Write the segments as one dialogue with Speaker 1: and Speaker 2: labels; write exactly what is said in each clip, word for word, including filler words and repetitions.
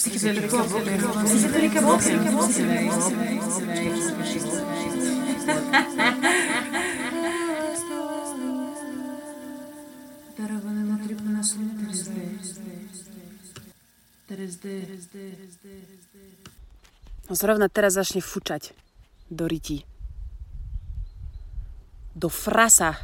Speaker 1: Psychedelika Box. Psychedelika Box. Darované na tripu na slovo Teraz D.
Speaker 2: No zrovna teraz začne fučať do ryti. Do frasa.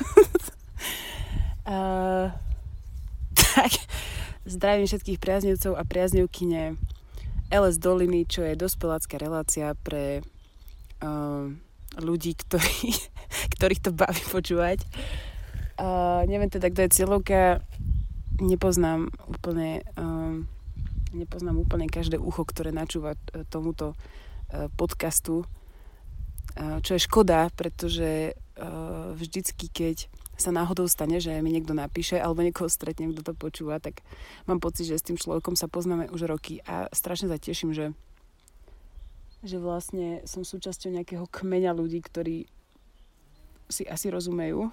Speaker 2: uh, tak, zdravím všetkých priaznivcov a priaznivkyne el es Doliny, čo je dospelácka relácia pre uh, ľudí, ktorí, ktorých to baví počúvať. Uh, neviem teda, kto je cieľovka. Nepoznám úplne um, nepoznám úplne každé ucho, ktoré načúva tomuto uh, podcastu. Uh, čo je škoda, pretože uh, vždycky, keď sa náhodou stane, že mi niekto napíše alebo niekoho stretnem, kto to počúva, tak mám pocit, že s tým človekom sa poznáme už roky a strašne sa teším, že, že vlastne som súčasťou nejakého kmeňa ľudí, ktorí si asi rozumejú.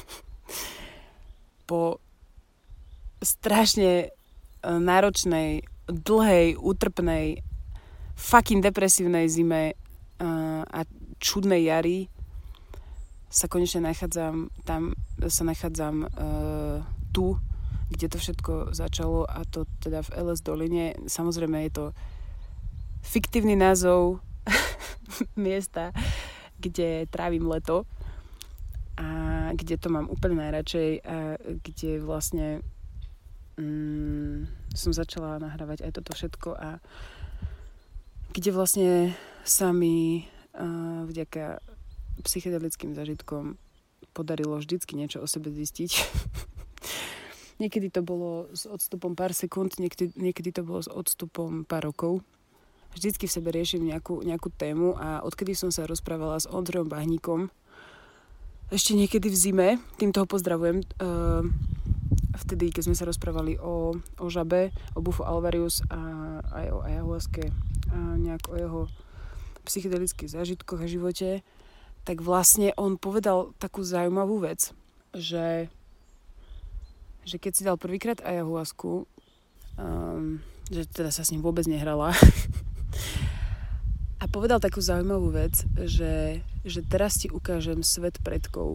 Speaker 2: Po strašne náročnej, dlhej, útrpnej, fucking depresívnej zime uh, a čudnej jari sa konečne nachádzam tam, sa nachádzam uh, tu, kde to všetko začalo, a to teda v el es Doline. Samozrejme je to fiktívny názov miesta, kde trávim leto a kde to mám úplne najradšej a kde vlastne mm, som začala nahrávať aj toto všetko a kde vlastne sa mi uh, vďaka psychedelickým zážitkom podarilo vždycky niečo o sebe zistiť. Niekedy to bolo s odstupom pár sekúnd, niekedy, niekedy to bolo s odstupom pár rokov. Vždycky v sebe riešim nejakú, nejakú tému a odkedy som sa rozprávala s Ondrejom Bahníkom, ešte niekedy v zime, týmto ho pozdravujem, uh, vtedy, keď sme sa rozprávali o, o žabe, o Bufo alvarius a aj o ayahuaske a nejak o jeho psychedelických zážitkoch a živote, tak vlastne on povedal takú zaujímavú vec, že, že keď si dal prvýkrát ayahuasku, um, že teda sa s ním vôbec nehrala, a povedal takú zaujímavú vec, že, že teraz ti ukážem svet predkov.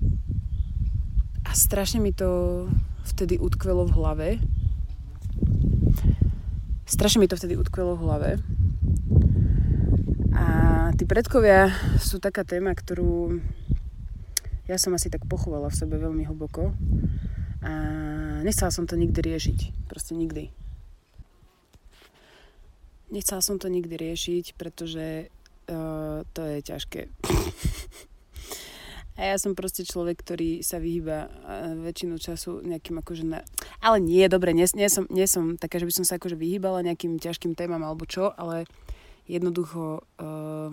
Speaker 2: A strašne mi to vtedy utkvelo v hlave. Strašne mi to vtedy utkvelo v hlave. A tí predkovia sú taká téma, ktorú ja som asi tak pochovala v sebe veľmi hlboko. A nechcela som to nikdy riešiť. Proste nikdy. Nechcela som to nikdy riešiť, pretože uh, to je ťažké. A ja som proste človek, ktorý sa vyhýba uh, väčšinu času nejakým akože na... Ale nie, dobre, nie, nie, som, nie som taká, že by som sa akože vyhýbala nejakým ťažkým témam alebo čo, ale jednoducho uh,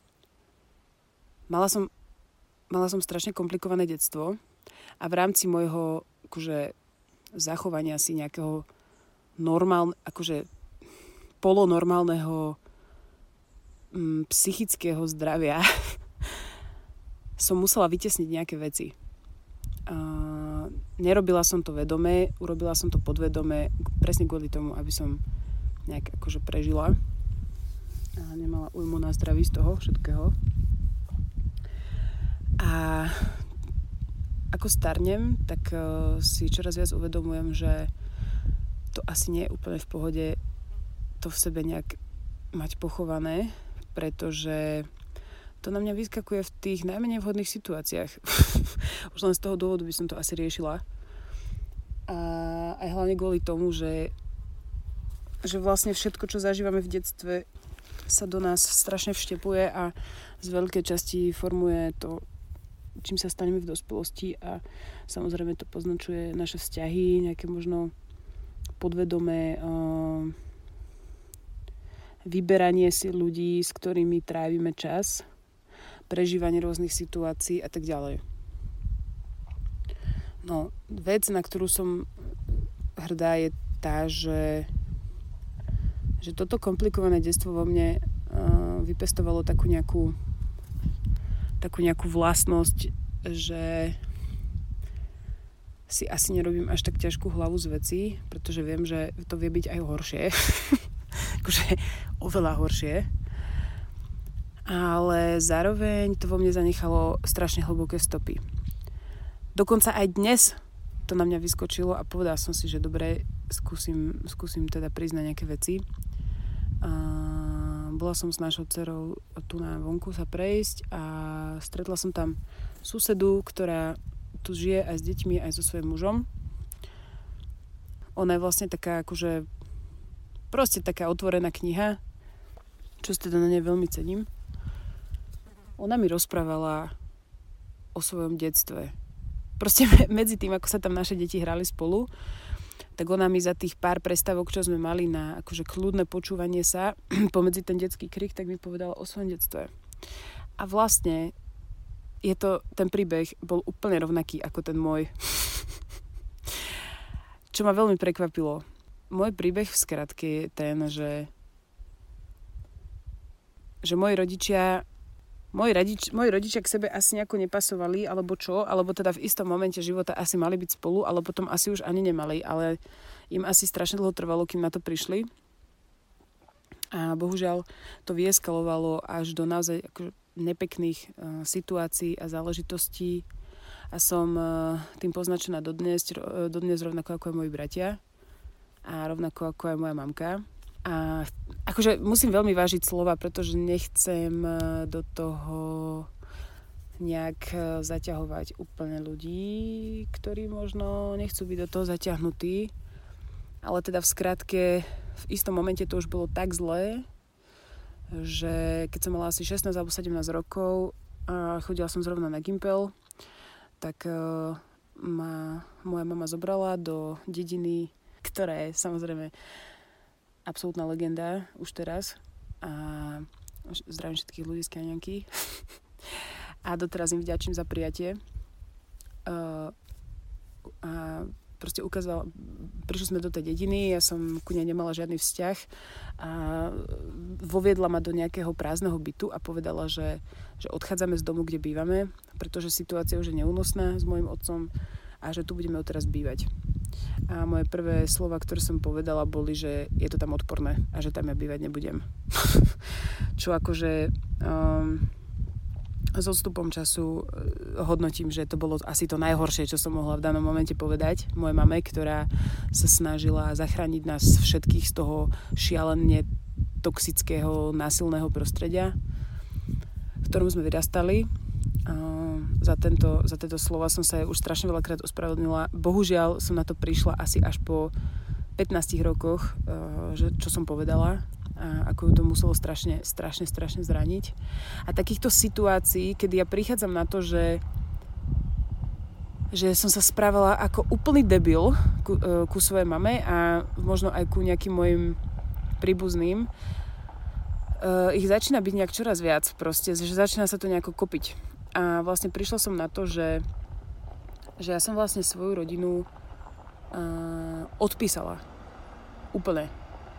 Speaker 2: mala som mala som strašne komplikované detstvo a v rámci môjho akože zachovania si nejakého normálne, akože polonormálneho mm, psychického zdravia som musela vytesniť nejaké veci. Uh, nerobila som to vedome, urobila som to podvedome, presne kvôli tomu, aby som nejak akože prežila a nemala újmu na zdraví z toho všetkého. A ako starnem, tak uh, si čoraz viac uvedomujem, že to asi nie je úplne v pohode to v sebe nejak mať pochované, pretože to na mňa vyskakuje v tých najmenej vhodných situáciách. Už len z toho dôvodu by som to asi riešila. A aj hlavne kvôli tomu, že, že vlastne všetko, čo zažívame v detstve, sa do nás strašne vštepuje a z veľkej časti formuje to, čím sa staneme v dospelosti, a samozrejme to poznačuje naše vzťahy, nejaké možno podvedomé uh, vyberanie si ľudí, s ktorými trávime čas, prežívanie rôznych situácií a tak ďalej. No, vec, na ktorú som hrdá, je tá, že, že toto komplikované detstvo vo mne uh, vypestovalo takú nejakú takú nejakú vlastnosť, že si asi nerobím až tak ťažkú hlavu z vecí, pretože viem, že to vie byť aj horšie. akože oveľa horšie. Ale zároveň to vo mne zanechalo strašne hlboké stopy. Dokonca aj dnes to na mňa vyskočilo a povedala som si, že dobre, skúsim, skúsim teda priznať nejaké veci. A bola som s našou dcerou tu na vonku sa prejsť a stretla som tam susedu, ktorá tu žije aj s deťmi, aj so svojím mužom. Ona je vlastne taká akože proste taká otvorená kniha, čo si teda na nej veľmi cením. Ona mi rozprávala o svojom detstve. Proste medzi tým, ako sa tam naše deti hrali spolu, tak ona mi za tých pár prestávok, čo sme mali na akože kľudné počúvanie sa pomedzi ten detský krik, tak mi povedala o svojom detstve. A vlastne je to, ten príbeh bol úplne rovnaký ako ten môj. Čo ma veľmi prekvapilo. Môj príbeh v skratke je ten, že že moji rodičia Moji, radič, moji rodičia k sebe asi nejako nepasovali, alebo čo, alebo teda v istom momente života asi mali byť spolu, ale potom asi už ani nemali, ale im asi strašne dlho trvalo, kým na to prišli. A bohužiaľ to vyeskalovalo až do naozaj akože nepekných uh, situácií a záležitostí a som uh, tým poznačená dodnes, dodnes rovnako ako aj moji bratia a rovnako ako aj moja mamka. A akože musím veľmi vážiť slova, pretože nechcem do toho nejak zaťahovať úplne ľudí, ktorí možno nechcú byť do toho zaťahnutí. Ale teda v skratke, v istom momente to už bolo tak zlé, že keď som mala asi šestnásť alebo sedemnásť rokov a chodila som zrovna na Gimpel, tak ma moja mama zobrala do dediny, ktorá je samozrejme absolútna legenda už teraz a zdravím všetkých ľudí z Kanianky a doteraz im vďačím za prijatie uh, a proste ukázala, prišli sme do tej dediny, ja som ku nej nemala žiadny vzťah a voviedla ma do nejakého prázdneho bytu a povedala, že, že odchádzame z domu, kde bývame, pretože situácia už je neúnosná s mojim otcom a že tu budeme odteraz bývať. A moje prvé slova, ktoré som povedala, boli, že je to tam odporné a že tam ja bývať nebudem. Čo akože um, s odstupom času hodnotím, že to bolo asi to najhoršie, čo som mohla v danom momente povedať mojej mame, ktorá sa snažila zachrániť nás všetkých z toho šialene toxického, násilného prostredia, v ktorom sme vyrastali. Uh, za, tento, za tieto slova som sa už strašne veľakrát ospravedlnila. Bohužiaľ som na to prišla asi až po pätnástich rokoch, uh, že, čo som povedala a ako ju to muselo strašne, strašne, strašne zraniť. A takýchto situácií, kedy ja prichádzam na to, že že som sa správala ako úplný debil ku, uh, ku svojej mame a možno aj ku nejakým mojim príbuzným, uh, ich začína byť nejak čoraz viac proste, že začína sa to nejako kopiť. A vlastne prišla som na to, že, že ja som vlastne svoju rodinu uh, odpísala. Úplne.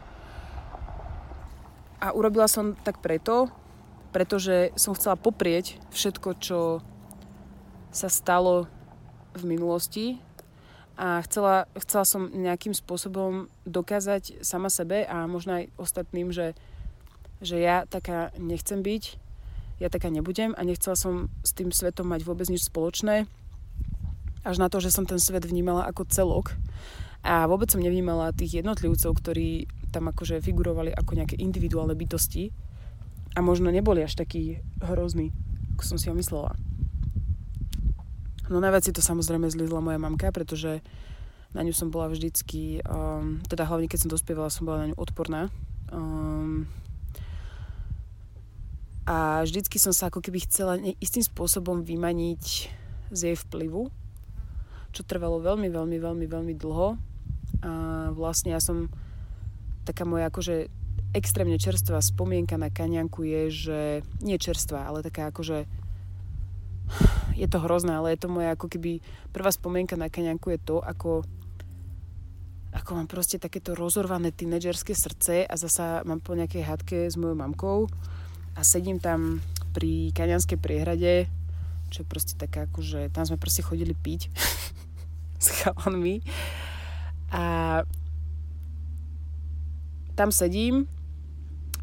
Speaker 2: A urobila som tak preto, pretože som chcela poprieť všetko, čo sa stalo v minulosti a chcela, chcela som nejakým spôsobom dokázať sama sebe a možno aj ostatným, že, že ja taká nechcem byť, ja taká nebudem a nechcela som s tým svetom mať vôbec nič spoločné. Až na to, že som ten svet vnímala ako celok a vôbec som nevnímala tých jednotlivcov, ktorí tam akože figurovali ako nejaké individuálne bytosti a možno neboli až takí hrozní, ako som si ho myslela. No najviac si to samozrejme zlízla moja mamka, pretože na ňu som bola vždycky, um, teda hlavne keď som dospievala, som bola na ňu odporná. Um, A vždycky som sa ako keby chcela istým spôsobom vymaniť z jej vplyvu, čo trvalo veľmi, veľmi, veľmi, veľmi dlho. A vlastne ja som, taká moja akože extrémne čerstvá spomienka na Kanianku je, že, nie čerstvá, ale taká akože, je to hrozné, ale je to moja ako keby prvá spomienka na Kanianku je to, ako, ako mám proste takéto rozorvané tínedžerské srdce a zasa mám po nejakej hádke s mojou mamkou a sedím tam pri Kanianskej priehrade, čo je proste taká akože, tam sme proste chodili piť s chalanmi a tam sedím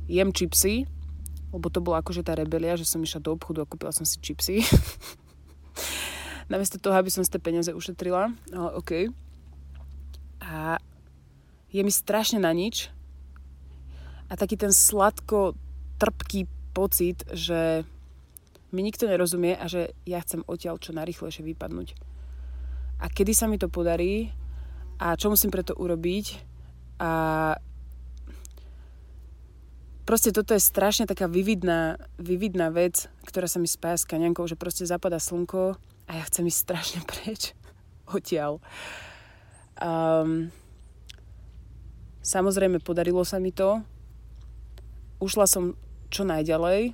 Speaker 2: jem čipsy, lebo to bola akože tá rebelia, že som išla do obchodu a kúpila som si čipsy. Namiesto toho, aby som si tie peniaze ušetrila. Ale okej. Okay. A je mi strašne na nič. A taký ten sladko-trpký pocit, že mi nikto nerozumie a že ja chcem odtiaľ čo najrýchlejšie vypadnúť. A kedy sa mi to podarí a čo musím preto urobiť. A proste toto je strašne taká vividná, vividná vec, ktorá sa mi spája s Kaňankou, že proste zapadá slnko a ja chcem ísť strašne preč odtiaľ. Um, samozrejme, podarilo sa mi to. Ušla som čo najďalej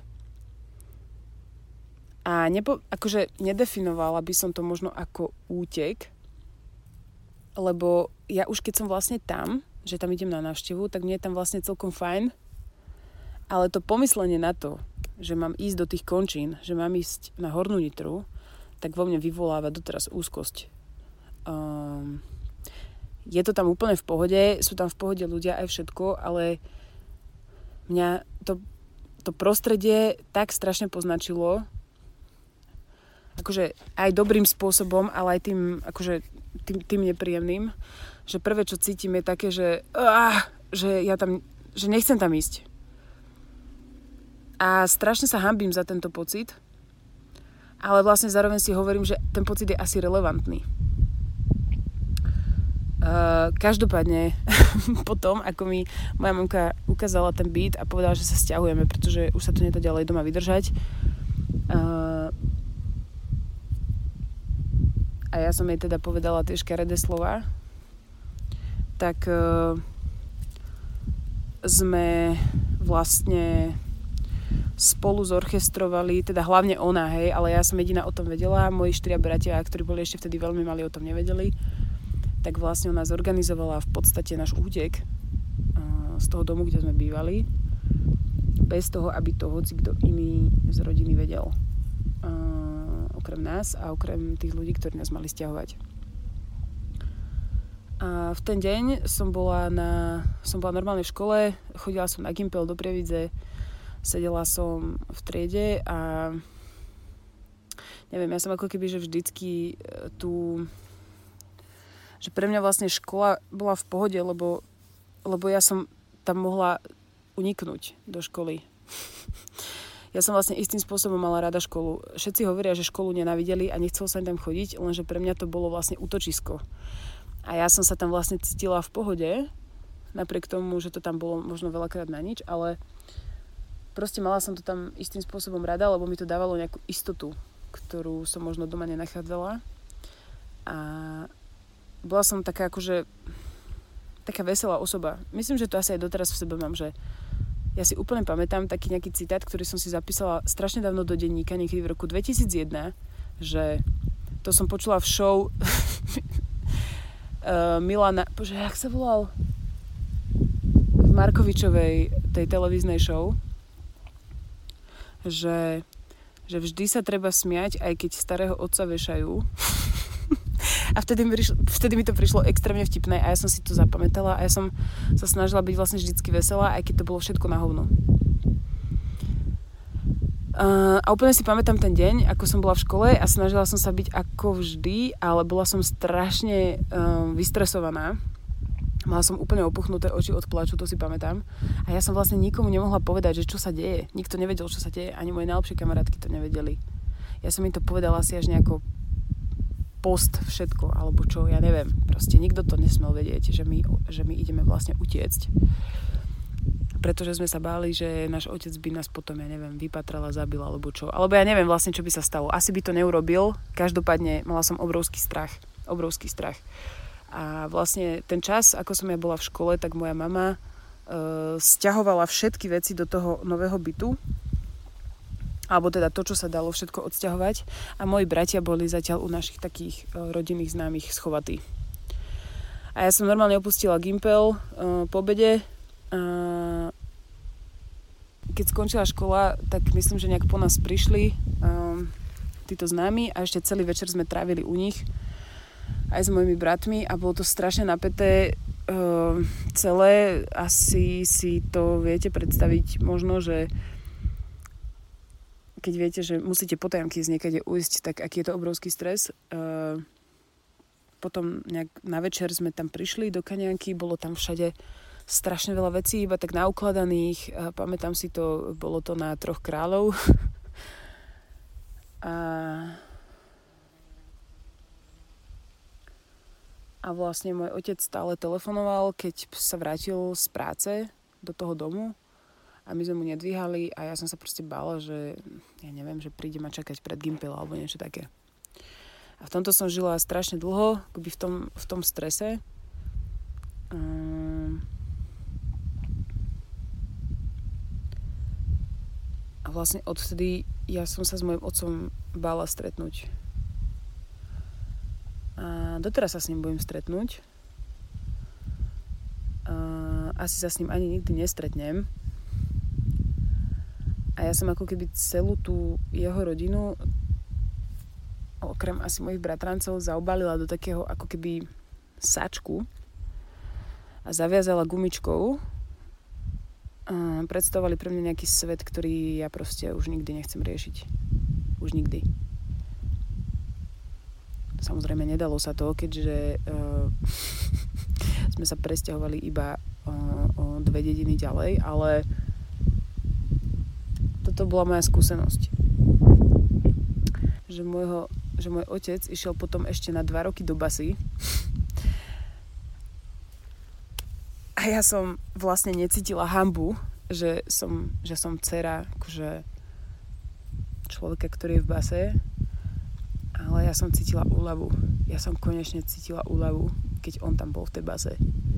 Speaker 2: a nepo, akože nedefinovala by som to možno ako útek, lebo ja už keď som vlastne tam, že tam idem na návštevu, tak mne je tam vlastne celkom fajn, ale to pomyslenie na to, že mám ísť do tých končín, že mám ísť na Hornú Nitru, tak vo mne vyvoláva doteraz úzkosť. Um, je to tam úplne v pohode, sú tam v pohode ľudia aj všetko, ale mňa to, to prostredie tak strašne poznačilo, akože aj dobrým spôsobom, ale aj tým, akože tým, tým nepríjemným, že prvé, čo cítim, je také, že, uh, že ja tam, že nechcem tam ísť. A strašne sa hanbím za tento pocit, ale vlastne zároveň si hovorím, že ten pocit je asi relevantný. Uh, každopádne potom, ako mi moja mamka ukázala ten byt a povedala, že sa sťahujeme, pretože už sa to nedá ďalej doma vydržať. Uh, a ja som jej teda povedala tie škaredé slova, tak uh, sme vlastne spolu zorchestrovali, teda hlavne ona, hej, ale ja som jediná o tom vedela, moji štyria bratia, ktorí boli ešte vtedy veľmi mali, o tom nevedeli, tak vlastne ona zorganizovala v podstate náš útek uh, z toho domu, kde sme bývali, bez toho, aby to hoci kto iný z rodiny vedel. Uh, okrem nás a okrem tých ľudí, ktorí nás mali sťahovať. A v ten deň som bola, na, som bola normálne v škole, chodila som na Gimpel do Prievidze, sedela som v triede a neviem, ja som ako keby, že vždycky tu, že pre mňa vlastne škola bola v pohode, lebo, lebo ja som tam mohla uniknúť do školy. Ja som vlastne istým spôsobom mala rada školu. Všetci hovoria, že školu nenávideli a nechcelo sa im tam chodiť, lenže pre mňa to bolo vlastne útočisko. A ja som sa tam vlastne cítila v pohode, napriek tomu, že to tam bolo možno veľakrát na nič, ale proste mala som to tam istým spôsobom rada, lebo mi to dávalo nejakú istotu, ktorú som možno doma nenachádzala. A bola som taká akože taká veselá osoba. Myslím, že to asi aj doteraz v sebe mám, že ja si úplne pamätám taký nejaký citát, ktorý som si zapísala strašne dávno do denníka, niekedy v roku dvetisícjeden, že to som počula v show uh, Milana, bože, jak sa volal? V Markovičovej tej televíznej show, že, že vždy sa treba smiať, aj keď starého otca vešajú. A vtedy mi, prišlo, vtedy mi to prišlo extrémne vtipné a ja som si to zapamätala a ja som sa snažila byť vlastne vždycky veselá, aj keď to bolo všetko na hovno. Uh, a úplne si pamätám ten deň, ako som bola v škole a snažila som sa byť ako vždy, ale bola som strašne uh, vystresovaná. Mala som úplne opuchnuté oči od plaču, to si pamätám. A ja som vlastne nikomu nemohla povedať, že čo sa deje. Nikto nevedel, čo sa deje, ani moje najlepšie kamarátky to nevedeli. Ja som im to povedala asi až nejako post všetko, alebo čo, ja neviem. Proste nikto to nesmel vedieť, že my, že my ideme vlastne utiecť. Pretože sme sa báli, že náš otec by nás potom, ja neviem, vypatrala, zabila, alebo čo. Alebo ja neviem vlastne, čo by sa stalo. Asi by to neurobil. Každopádne mala som obrovský strach. Obrovský strach. A vlastne ten čas, ako som ja bola v škole, tak moja mama e, sťahovala všetky veci do toho nového bytu. Alebo teda to, čo sa dalo všetko odsťahovať. A moji bratia boli zatiaľ u našich takých e, rodinných známych schovatí. A ja som normálne opustila Gimpel e, po obede. A keď skončila škola, tak myslím, že nejak po nás prišli e, títo známi a ešte celý večer sme trávili u nich aj s mojimi bratmi a bolo to strašne napäté. uh, celé, asi si to viete predstaviť možno, že keď viete, že musíte potajomky z niekade ujsť, tak aký je to obrovský stres. Uh, potom nejak na večer sme tam prišli do Kaňanky, bolo tam všade strašne veľa vecí, iba tak naukladaných. Uh, pamätám si to, bolo to na Troch kráľov. A A vlastne môj otec stále telefonoval, keď sa vrátil z práce do toho domu a my sme mu nedvíhali a ja som sa proste bála, že ja neviem, že príde ma čakať pred Gimpel alebo niečo také. A v tomto som žila strašne dlho, akoby v tom, v tom strese. Um, a vlastne odvtedy ja som sa s mojím otcom bála stretnúť. A doteraz sa s ním budem stretnúť. A asi sa s ním ani nikdy nestretnem. A ja som ako keby celú tú jeho rodinu, okrem asi mojich bratrancov, zaobalila do takého ako keby sačku a zaviazala gumičkou. A predstavovali pre mňa nejaký svet, ktorý ja proste už nikdy nechcem riešiť. Už nikdy. Samozrejme, nedalo sa to, keďže uh, sme sa presťahovali iba uh, o dve dediny ďalej, ale toto bola moja skúsenosť. Že, môjho, že môj otec išiel potom ešte na dva roky do basy a ja som vlastne necítila hanbu, že som, že som dcera akože človeka, ktorý je v base. Ale ja som cítila úľavu. Ja som konečne cítila úľavu, keď on tam bol v tej baze.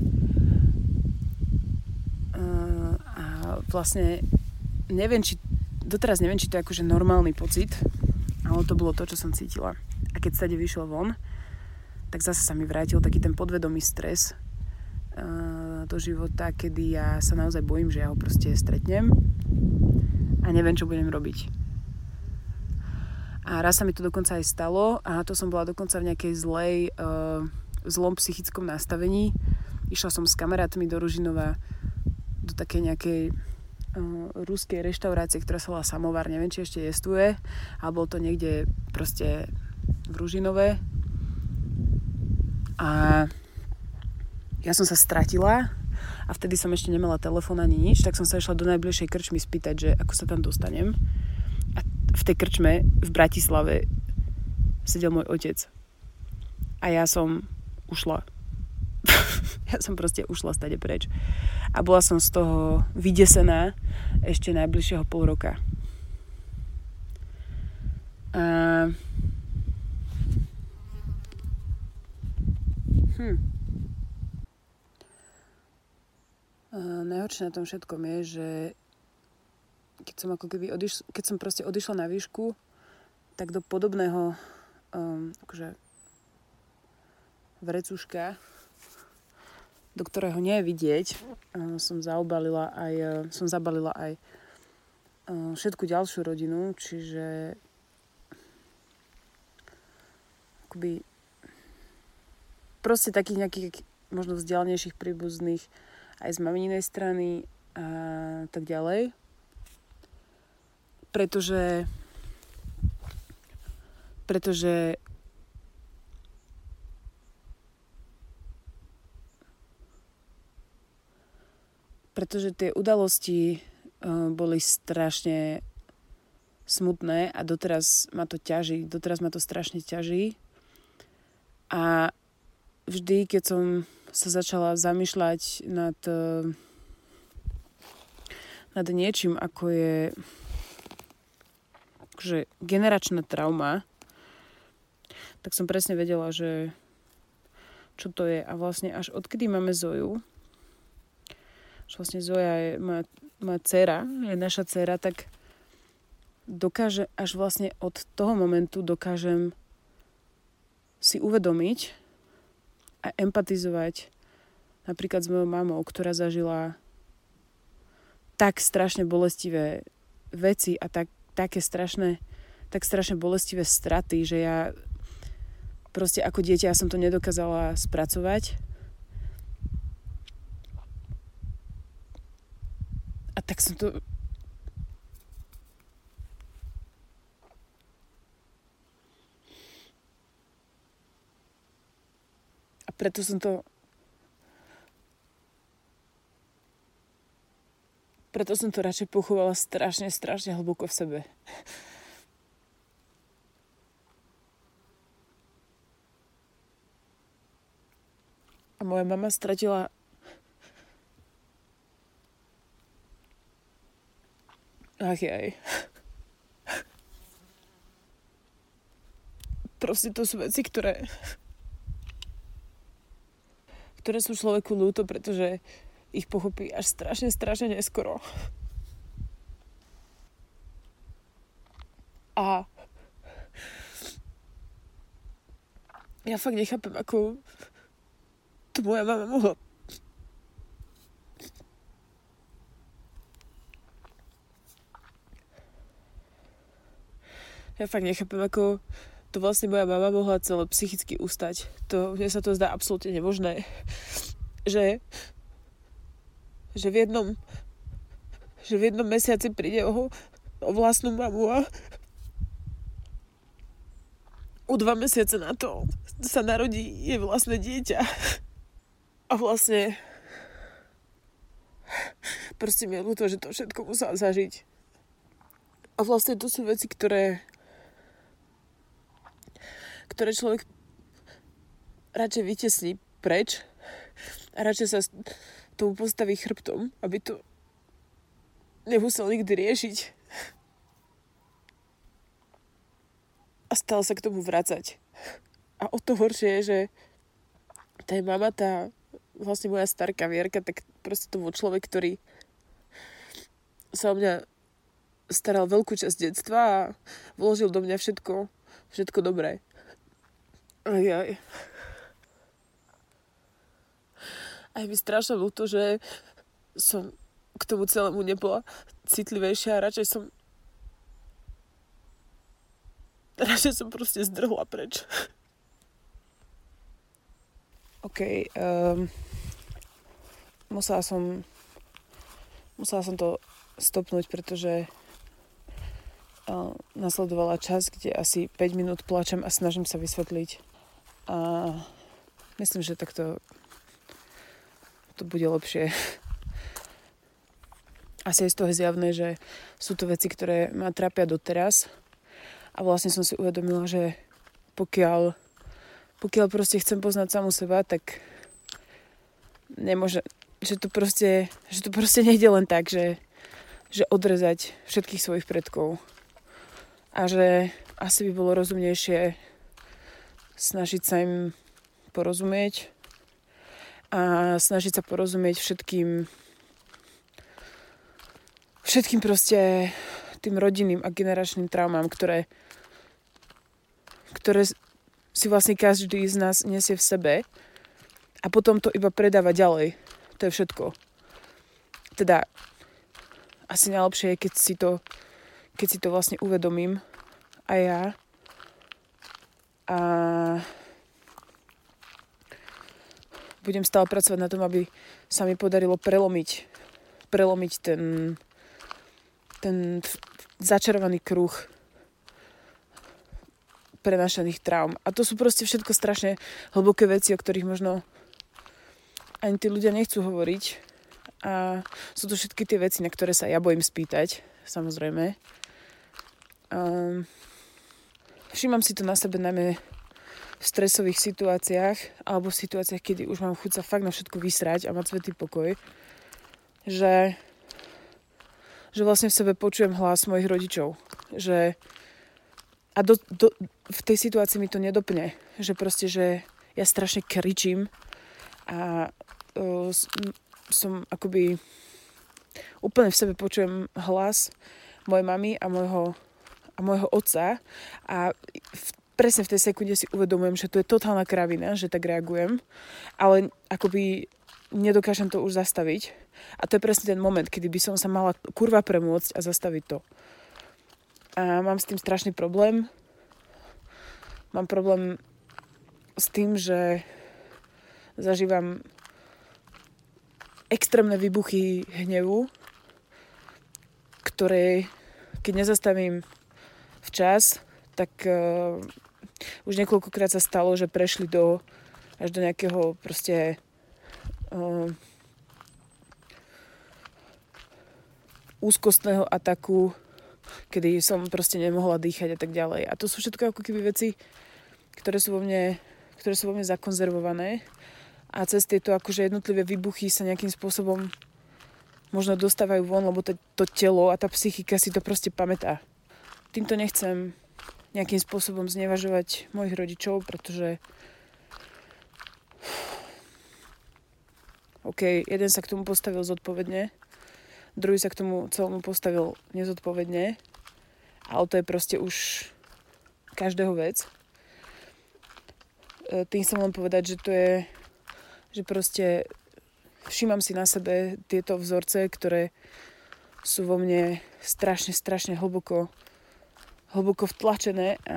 Speaker 2: Uh, a vlastne neviem, či doteraz neviem, či to je akože normálny pocit, ale to bolo to, čo som cítila. A keď sa vyšiel von, tak zase sa mi vrátil taký ten podvedomý stres uh, do života, kedy ja sa naozaj bojím, že ja ho proste stretnem a neviem, čo budem robiť. A raz sa mi to dokonca aj stalo a to som bola dokonca v nejakej zlej, uh, zlom psychickom nastavení. Išla som s kamarátmi do Ružinova do takej nejakej uh, ruskej reštaurácie, ktorá sa volá Samovar, neviem, či ešte jestvuje, ale bolo to niekde proste v Ružinove. A ja som sa stratila a vtedy som ešte nemala telefón ani nič, tak som sa išla do najbližšej krčmy spýtať, že ako sa tam dostanem. V tej krčme v Bratislave sedel môj otec. A ja som ušla. ja som proste ušla stade preč. A bola som z toho vydesená ešte najbližšieho pol roka. A... Hm. A najhoršie na tom všetkom je, že keď som ako keby odiš- keď som proste odišla na výšku, tak do podobného um, akože vrecuška, do ktorého nie je vidieť, uh, som zaobalila aj, uh, som zabalila aj uh, všetku ďalšiu rodinu, čiže akoby proste takých nejakých možno vzdialenejších príbuzných aj z mamininej strany a tak ďalej. Pretože pretože pretože tie udalosti uh, boli strašne smutné a doteraz ma to ťaží, doteraz ma to strašne ťaží. A vždy, keď som sa začala zamýšľať nad uh, nad niečím, ako je že generačná trauma, tak som presne vedela, že čo to je. A vlastne až odkedy máme Zoju, že vlastne Zoja je moja, moja dcera, je naša dcera, tak dokáže, až vlastne od toho momentu dokážem si uvedomiť a empatizovať napríklad s mojou mamou, ktorá zažila tak strašne bolestivé veci a tak také strašné, tak strašne bolestivé straty, že ja proste ako dieťa ja som to nedokázala spracovať. A A tak som to... A preto som to... Preto som to radšej pochovala strašne, strašne hlboko v sebe. A moja mama stratila ach jaj. Proste to sú veci, ktoré ktoré sú človeku ľúto, pretože ich pochopí až strašne, strašne neskoro. A ja fakt nechápem, ako to moja mama mohla. Ja fakt nechápem, ako to vlastne moja mama mohla celé psychicky ustať. To, mne sa to zdá absolútne nemožné. Že, že v jednom že v jednom mesiaci príde o, o vlastnú mamu a o dva mesiace na to sa narodí jej vlastné dieťa. A vlastne proste mi je ľúto, že to všetko musela zažiť. A vlastne to sú veci, ktoré ktoré človek radšej vytesní preč a radšej sa tomu postaví chrbtom, aby to nemusel nikdy riešiť. A stále sa k tomu vracať. A o to horšie je, že tá mama, tá vlastne moja starka Vierka, tak proste to bol človek, ktorý sa o mňa staral veľkú časť detstva a vložil do mňa všetko, všetko dobré. Aj, aj. Aj mi strašne ľúto, že som k tomu celému nebola citlivejšia a radšej som radšej som proste zdrhla preč. OK. Um, musela som musela som to stopnúť, pretože uh, nasledovala čas, kde asi päť minút plačem a snažím sa vysvetliť. A myslím, že takto to bude lepšie. Asi je z toho zjavné, že sú to veci, ktoré ma trápia doteraz. A vlastne som si uvedomila, že pokiaľ, pokiaľ proste chcem poznať samu seba, tak nemôže, že to proste, že to proste nejde len tak, že, že odrezať všetkých svojich predkov. A že asi by bolo rozumnejšie snažiť sa im porozumieť a snažiť sa porozumieť všetkým všetkým proste tým rodinným a generačným traumám, ktoré ktoré si vlastne každý z nás nesie v sebe a potom to iba predáva ďalej. To je všetko. Teda asi najlepšie je, keď si to keď si to vlastne uvedomím aj ja a budem stále pracovať na tom, aby sa mi podarilo prelomiť prelomiť ten ten začarovaný kruh prenášaných traum. A to sú proste všetko strašne hlboké veci, o ktorých možno ani tí ľudia nechcú hovoriť. A sú to všetky tie veci, na ktoré sa ja bojím spýtať, samozrejme. Um, všímam si to na sebe najmä v stresových situáciách alebo v situáciách, kedy už mám chuť sa fakt na všetko vysrať a mať svätý pokoj, že že vlastne v sebe počujem hlas mojich rodičov. Že a do, do, v tej situácii mi to nedopne. Že proste, že ja strašne kričím a uh, som akoby úplne v sebe počujem hlas mojej mamy a môjho, a môjho otca a v, presne v tej sekunde si uvedomujem, že to je totálna kravina, že tak reagujem, ale akoby nedokážem to už zastaviť. A to je presne ten moment, kedy by som sa mala kurva premôcť a zastaviť to. A mám s tým strašný problém. Mám problém s tým, že zažívam extrémne výbuchy hnevu ktoré, keď nezastavím včas, tak uh, už niekoľkokrát sa stalo, že prešli do, až do nejakého proste uh, úzkostného ataku, kedy som proste nemohla dýchať a tak ďalej. A to sú všetko ako keby veci, ktoré sú vo mne, ktoré sú vo mne zakonzervované a cez tieto akože jednotlivé výbuchy sa nejakým spôsobom možno dostávajú von, lebo to, to telo a tá psychika si to proste pamätá. Týmto nechcem nejakým spôsobom znevažovať mojich rodičov, pretože OK, jeden sa k tomu postavil zodpovedne, druhý sa k tomu celému postavil nezodpovedne, ale to je proste už každého vec. Tým chcem len povedať, že to je, že proste všímam si na sebe tieto vzorce, ktoré sú vo mne strašne, strašne hlboko hlboko vtlačené a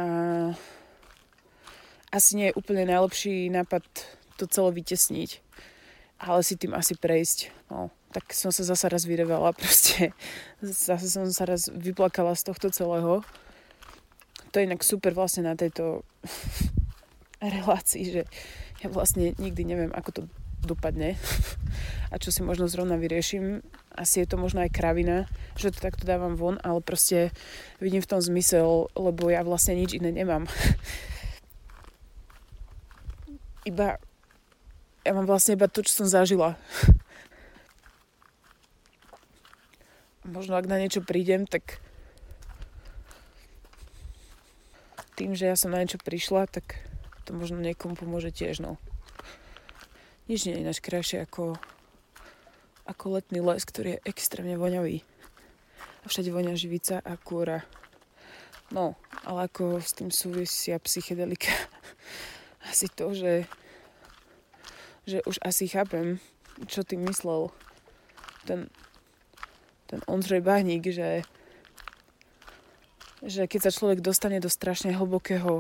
Speaker 2: asi nie je úplne najlepší nápad to celé vytesniť, ale si tým asi prejsť. No, tak som sa zasa raz vyrevala, proste zase som sa raz vyplakala z tohto celého. To je inak super vlastne na tejto relácii, že ja vlastne nikdy neviem, ako to dopadne a čo si možno zrovna vyriešim. Asi je to možno aj kravina, že to takto dávam von, ale proste vidím v tom zmysel, lebo ja vlastne nič iné nemám. Iba, ja mám vlastne iba to, čo som zažila. Možno ak na niečo prídem, tak tým, že ja som na niečo prišla, tak to možno niekomu pomôže tiež, no. Nič nie je ináč krajšie ako, ako letný les, ktorý je extrémne voňavý. A všade vonia živica a kôra. No, ale ako s tým súvisia psychedelika. Asi to, že, že už asi chápem, čo tým myslel ten, ten Ondřej Bahník, že, že keď sa človek dostane do strašne hlbokého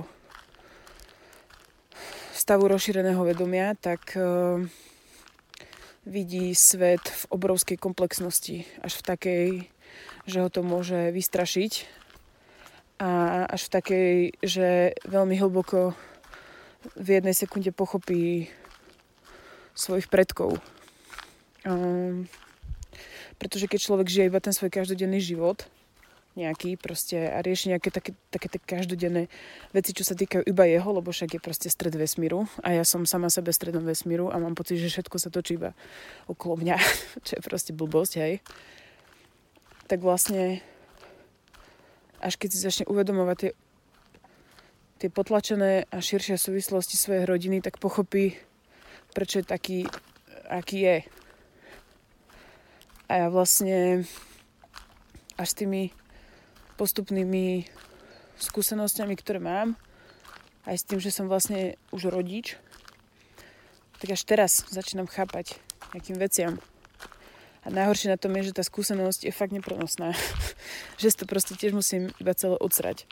Speaker 2: stavu rozšíreného vedomia, tak uh, vidí svet v obrovskej komplexnosti. Až v takej, že ho to môže vystrašiť. A až v takej, že veľmi hlboko v jednej sekunde pochopí svojich predkov. Um, pretože keď človek žije iba ten svoj každodenný život, nejaký proste a rieši nejaké také, také, také každodenné veci, čo sa týkajú iba jeho, lebo však je proste stred vesmíru a ja som sama sebe stredom vesmíru a mám pocit, že všetko sa točí iba okolo mňa, čo je proste blbosť, hej. Tak vlastne až keď si začne uvedomovať tie, tie potlačené a širšie súvislosti svojej rodiny, tak pochopí, prečo je taký, aký je. A ja vlastne až s tými postupnými skúsenosťami, ktoré mám, aj s tým, že som vlastne už rodič, tak až teraz začínam chápať nejakým veciam. A najhoršie na tom je, že tá skúsenosť je fakt neprenosná. Že si to proste tiež musím iba celé odsrať.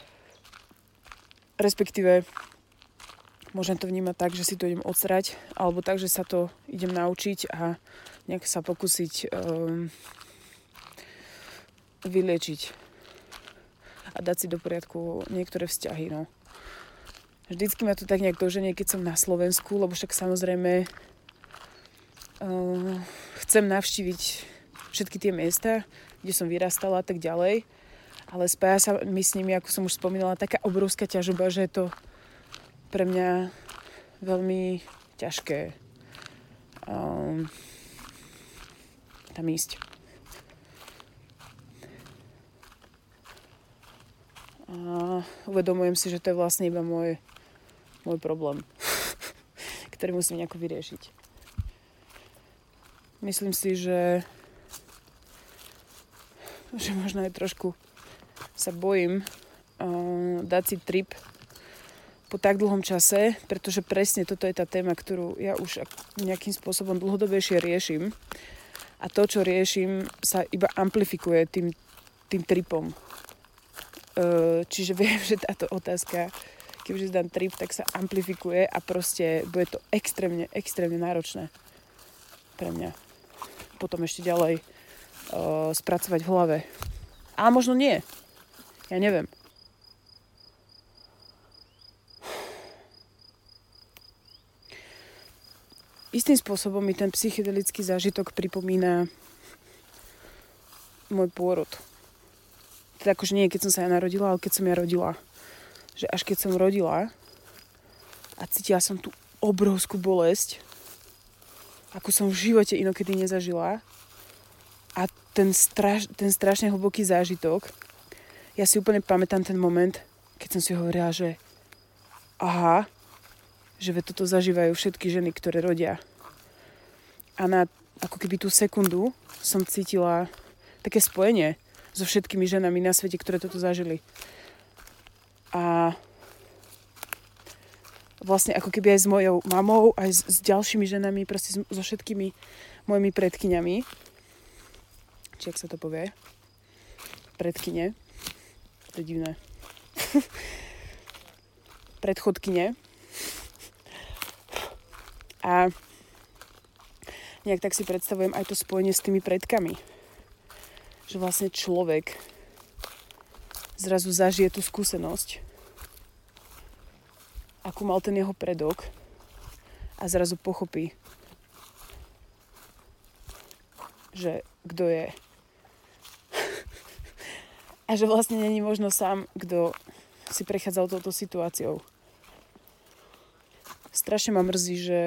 Speaker 2: Respektíve môžem to vnímať tak, že si to idem odsrať, alebo tak, že sa to idem naučiť a nejak sa pokúsiť um, vyliečiť a dať si do poriadku niektoré vzťahy, no. Vždycky ma to tak nejak doženie, keď som na Slovensku, lebo však samozrejme uh, chcem navštíviť všetky tie miesta, kde som vyrastala a tak ďalej, ale spája sa mi s nimi, ako som už spomínala, taká obrovská ťažoba, že je to pre mňa veľmi ťažké um, tam ísť. A uvedomujem si, že to je vlastne iba môj, môj problém, ktorý musím nejako vyriešiť. Myslím si, že, že možno aj trošku sa bojím uh, dať si trip po tak dlhom čase, pretože presne toto je tá téma, ktorú ja už nejakým spôsobom dlhodobejšie riešim. A to, čo riešim, sa iba amplifikuje tým, tým tripom. Čiže viem, že táto otázka, keďže dám trip, tak sa amplifikuje a proste bude to extrémne, extrémne náročné pre mňa. Potom ešte ďalej uh, spracovať v hlave A možno nie. Ja neviem. Istým spôsobom mi ten psychedelický zážitok pripomína môj pôrod. Teda akože nie, keď som sa ja narodila, ale keď som ja rodila. Že až keď som rodila a cítila som tú obrovskú bolesť, ako som v živote inokedy nezažila. A ten, straš, ten strašne hlboký zážitok, ja si úplne pamätám ten moment, keď som si hovorila, že aha, že toto zažívajú všetky ženy, ktoré rodia. A na ako keby tú sekundu som cítila také spojenie so všetkými ženami na svete, ktoré toto zažili. A vlastne ako keby aj s mojou mamou, aj s, s ďalšími ženami, proste so všetkými mojimi predkyňami. Či jak sa to povie? Predkyne. To je divné. Predchodkyne. A nejak tak si predstavujem aj to spojenie s tými predkami. Že vlastne človek zrazu zažije tú skúsenosť, akú mal ten jeho predok a zrazu pochopí, že kto je. A že vlastne není možno sám, kto si prechádzal touto situáciou. Strašne ma mrzí, že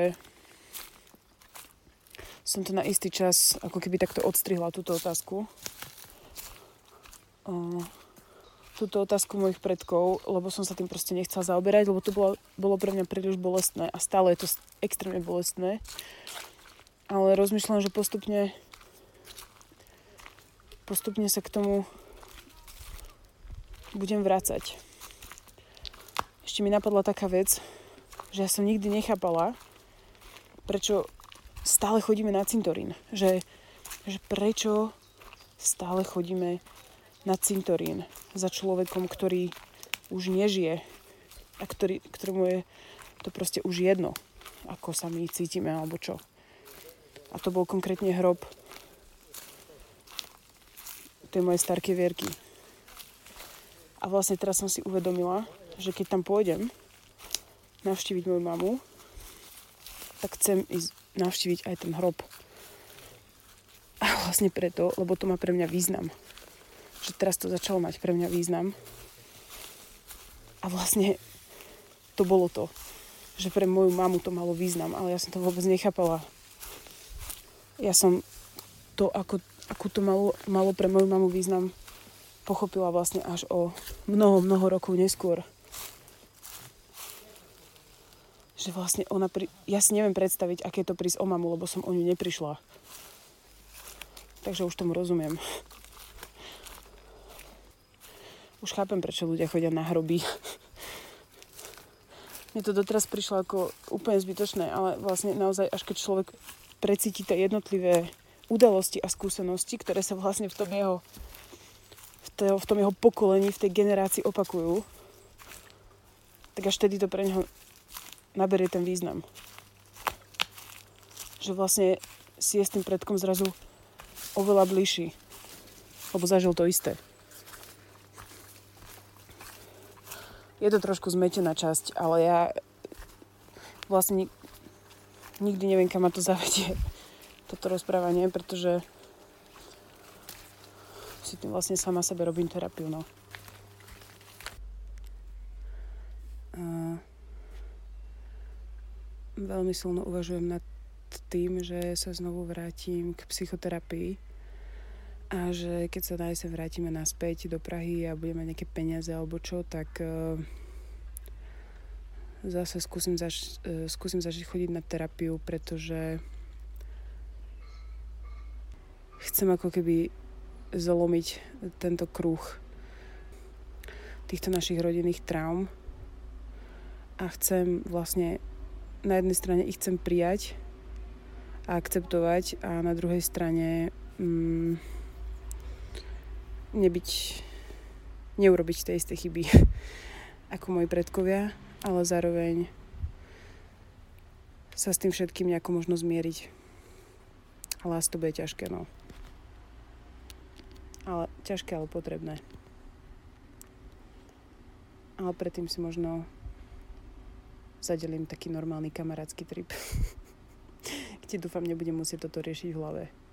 Speaker 2: som to na istý čas ako keby takto odstrihla túto otázku. O, túto otázku mojich predkov, lebo som sa tým proste nechcela zaoberať, lebo to bolo, bolo pre mňa príliš bolestné a stále je to extrémne bolestné. Ale rozmýšľam, že postupne postupne sa k tomu budem vracať. Ešte mi napadla taká vec, že ja som nikdy nechápala, prečo stále chodíme na cintorín. Že, že prečo stále chodíme na cintorín za človekom, ktorý už nežije a ktorý, ktorému je to proste už jedno, ako sa my cítime alebo čo. A to bol konkrétne hrob tej mojej starkej Vierky. A vlastne teraz som si uvedomila, že keď tam pôjdem navštíviť moju mamu, tak chcem ísť navštíviť aj ten hrob. A vlastne preto, lebo to má pre mňa význam. Že teraz to začalo mať pre mňa význam. A vlastne to bolo to. Že pre moju mamu to malo význam, ale ja som to vôbec nechápala. Ja som to, ako, ako to malo, malo pre moju mamu význam, pochopila vlastne až o mnoho, mnoho rokov neskôr. Že vlastne ona... Pri... Ja si neviem predstaviť, aké je to prísť o mamu, lebo som o ňu neprišla. Takže už tomu rozumiem. Už chápem, prečo ľudia chodia na hroby. Mne to doteraz prišlo ako úplne zbytočné, ale vlastne naozaj, až keď človek precíti tie jednotlivé udalosti a skúsenosti, ktoré sa vlastne v tom jeho v, to, v tom jeho pokolení, v tej generácii opakujú, tak až vtedy to pre neho naberie ten význam. Že vlastne si je s tým predkom zrazu oveľa bližší. Lebo zažil to isté. Je to trošku zmetená časť, ale ja vlastne nik- nikdy neviem, kam ma to zavedie, toto rozprávanie, pretože si tým vlastne sama sebe robím terapiu, no. A veľmi silno uvažujem nad tým, že sa znovu vrátim k psychoterapii a že keď sa daj sa vrátime naspäť do Prahy a budeme mať nejaké peniaze alebo čo, tak uh, zase skúsim, zaž, uh, skúsim zažiť chodiť na terapiu, pretože chcem ako keby zlomiť tento kruh týchto našich rodinných traum a chcem vlastne na jednej strane ich chcem prijať a akceptovať a na druhej strane mm, nebyť, neurobiť tie isté chyby ako moji predkovia, ale zároveň sa s tým všetkým nejako možno zmieriť. Ale asi to bude ťažké, no. Ale ťažké, ale potrebné. Ale predtým si možno zadelím taký normálny kamarátsky trip. Kde dúfam, nebudem musieť toto riešiť v hlave.